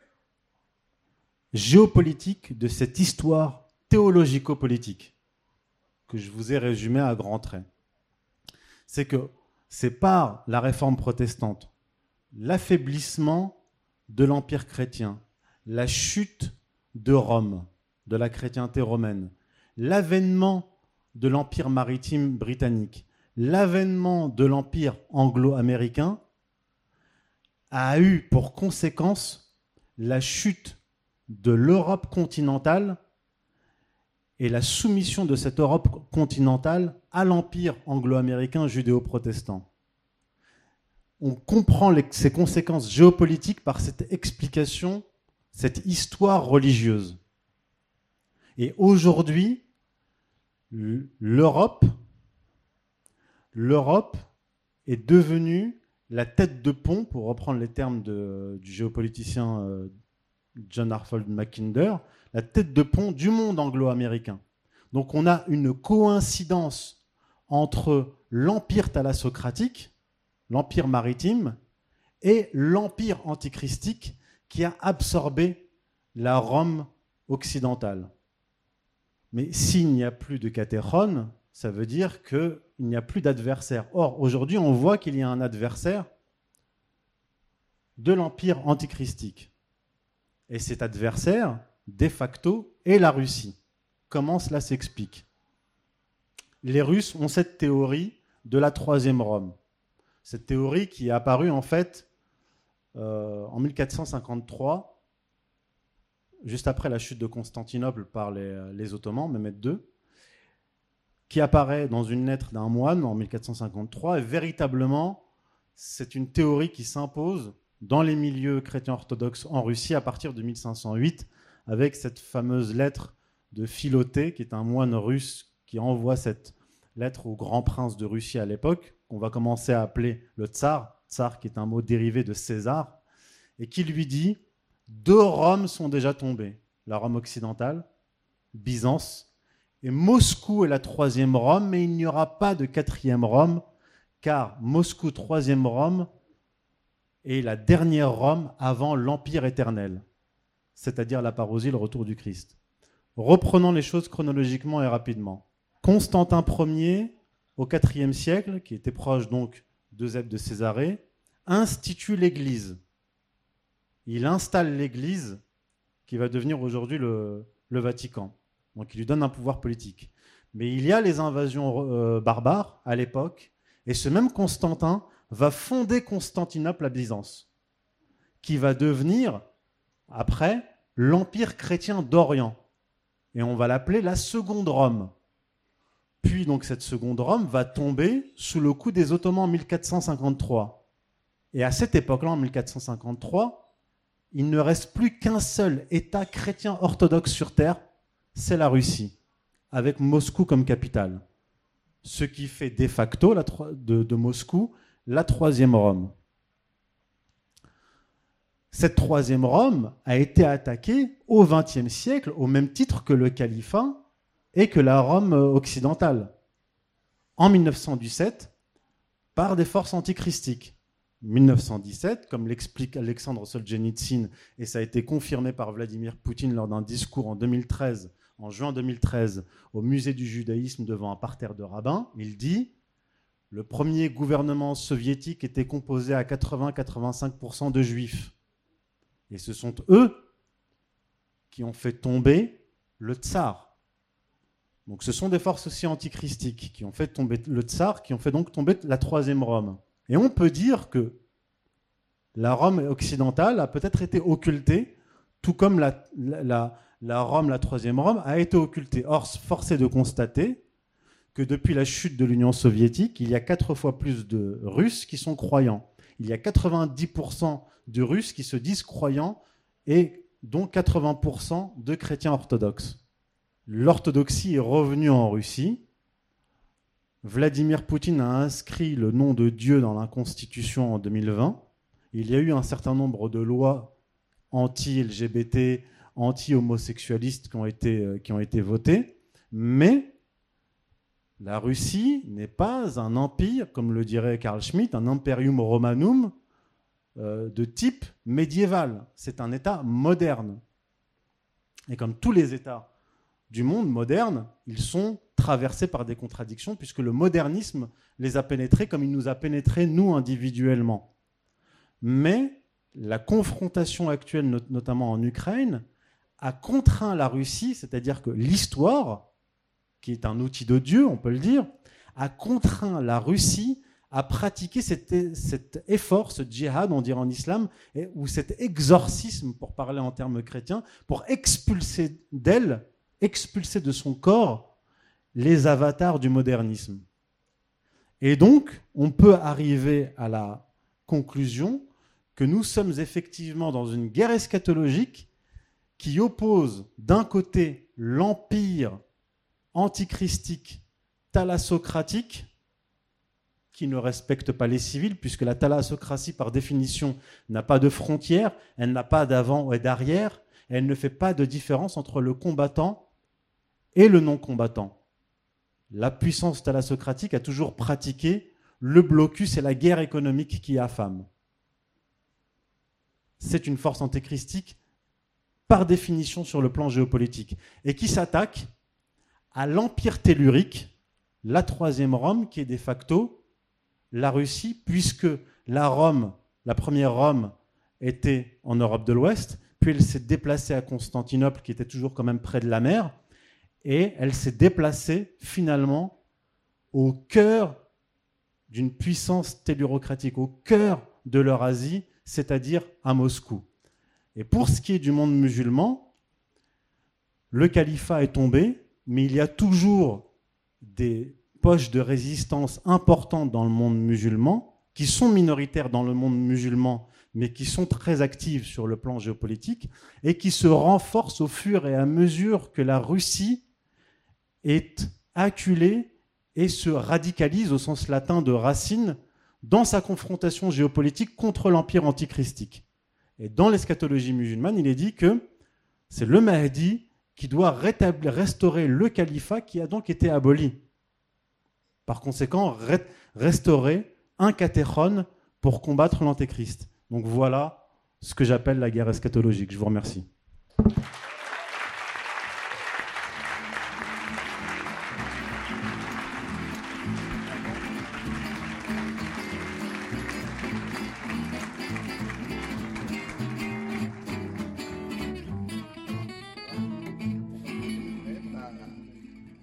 géopolitique de cette histoire théologico-politique que je vous ai résumée à grands traits. C'est que c'est par la réforme protestante, l'affaiblissement de l'Empire chrétien, la chute de Rome, de la chrétienté romaine, l'avènement de l'Empire maritime britannique, l'avènement de l'Empire anglo-américain a eu pour conséquence la chute de l'Europe continentale et la soumission de cette Europe continentale à l'empire anglo-américain judéo-protestant. On comprend les, ces conséquences géopolitiques par cette explication, cette histoire religieuse. Et aujourd'hui, l'Europe, l'Europe est devenue la tête de pont, pour reprendre les termes de, du géopoliticien euh, John Arnold Mackinder, la tête de pont du monde anglo-américain. Donc on a une coïncidence entre l'empire thalassocratique, l'empire maritime, et l'empire antichristique qui a absorbé la Rome occidentale. Mais s'il n'y a plus de catéchone, ça veut dire qu'il n'y a plus d'adversaire. Or, aujourd'hui, on voit qu'il y a un adversaire de l'empire antichristique. Et cet adversaire, de facto et la Russie. Comment cela s'explique ? Les Russes ont cette théorie de la troisième Rome. Cette théorie qui est apparue en fait euh, en mille quatre cent cinquante-trois, juste après la chute de Constantinople par les, les Ottomans, Mehmed deux, qui apparaît dans une lettre d'un moine en mille quatre cent cinquante-trois. Et véritablement, c'est une théorie qui s'impose dans les milieux chrétiens orthodoxes en Russie à partir de mille cinq cent huit, avec cette fameuse lettre de Philothée, qui est un moine russe qui envoie cette lettre au grand prince de Russie à l'époque, qu'on va commencer à appeler le tsar, tsar qui est un mot dérivé de César, et qui lui dit « Deux Roms sont déjà tombés, la Rome occidentale, Byzance, et Moscou est la troisième Rome, mais il n'y aura pas de quatrième Rome, car Moscou, troisième Rome, est la dernière Rome avant l'Empire éternel, c'est-à-dire la parousie, le retour du Christ. » Reprenons les choses chronologiquement et rapidement. Constantin Ier, au quatrième siècle, qui était proche donc d'Eusèbe de Césarée, institue l'Église. Il installe l'Église qui va devenir aujourd'hui le, le Vatican. Donc il lui donne un pouvoir politique. Mais il y a les invasions euh, barbares à l'époque, et ce même Constantin va fonder Constantinople à Byzance, qui va devenir, après, l'Empire chrétien d'Orient. Et on va l'appeler la Seconde Rome. Puis donc cette Seconde Rome va tomber sous le coup des Ottomans en mille quatre cent cinquante-trois. Et à cette époque-là, en mille quatre cent cinquante-trois, il ne reste plus qu'un seul État chrétien orthodoxe sur Terre, c'est la Russie, avec Moscou comme capitale. Ce qui fait de facto la, de, de Moscou la troisième Rome. Cette troisième Rome a été attaquée au vingtième siècle, au même titre que le califat et que la Rome occidentale, en mille neuf cent dix-sept, par des forces antichristiques. mille neuf cent dix-sept, comme l'explique Alexandre Solzhenitsyn, et ça a été confirmé par Vladimir Poutine lors d'un discours en deux mille treize, en juin deux mille treize, au musée du judaïsme devant un parterre de rabbins, il dit « Le premier gouvernement soviétique était composé à quatre-vingts à quatre-vingt-cinq pour cent de juifs. Et ce sont eux qui ont fait tomber le tsar. » Donc ce sont des forces aussi antichristiques qui ont fait tomber le tsar, qui ont fait donc tomber la troisième Rome. Et on peut dire que la Rome occidentale a peut-être été occultée, tout comme la, la, la Rome, la troisième Rome, a été occultée. Or, force est de constater que depuis la chute de l'Union soviétique, il y a quatre fois plus de Russes qui sont croyants. Il y a quatre-vingt-dix pour cent de Russes qui se disent croyants et dont quatre-vingts pour cent de chrétiens orthodoxes. L'orthodoxie est revenue en Russie. Vladimir Poutine a inscrit le nom de Dieu dans la Constitution en deux mille vingt. Il y a eu un certain nombre de lois anti-L G B T, anti-homosexualistes qui ont été, qui ont été votées, mais la Russie n'est pas un empire, comme le dirait Carl Schmitt, un imperium romanum euh, de type médiéval. C'est un État moderne. Et comme tous les États du monde moderne, ils sont traversés par des contradictions, puisque le modernisme les a pénétrés comme il nous a pénétrés, nous, individuellement. Mais la confrontation actuelle, notamment en Ukraine, a contraint la Russie, c'est-à-dire que l'histoire, qui est un outil de Dieu, on peut le dire, a contraint la Russie à pratiquer cet, cet effort, ce djihad, on dirait en islam, ou cet exorcisme, pour parler en termes chrétiens, pour expulser d'elle, expulser de son corps les avatars du modernisme. Et donc, on peut arriver à la conclusion que nous sommes effectivement dans une guerre eschatologique qui oppose d'un côté l'empire antichristique thalassocratique qui ne respecte pas les civils, puisque la thalassocratie, par définition, n'a pas de frontières, elle n'a pas d'avant et d'arrière, elle ne fait pas de différence entre le combattant et le non-combattant. La puissance thalassocratique a toujours pratiqué le blocus et la guerre économique qui affame. C'est une force antéchristique par définition sur le plan géopolitique et qui s'attaque à l'empire tellurique, la troisième Rome, qui est de facto la Russie, puisque la Rome, la première Rome, était en Europe de l'Ouest, puis elle s'est déplacée à Constantinople, qui était toujours quand même près de la mer, et elle s'est déplacée finalement au cœur d'une puissance tellurocratique, au cœur de l'Eurasie, c'est-à-dire à Moscou. Et pour ce qui est du monde musulman, le califat est tombé, mais il y a toujours des poches de résistance importantes dans le monde musulman, qui sont minoritaires dans le monde musulman, mais qui sont très actives sur le plan géopolitique, et qui se renforcent au fur et à mesure que la Russie est acculée et se radicalise au sens latin de racine dans sa confrontation géopolitique contre l'empire antichristique. Et dans l'eschatologie musulmane, il est dit que c'est le Mahdi qui doit rétablir, restaurer le califat qui a donc été aboli. Par conséquent, re- restaurer un catéchone pour combattre l'antéchrist. Donc voilà ce que j'appelle la guerre eschatologique. Je vous remercie.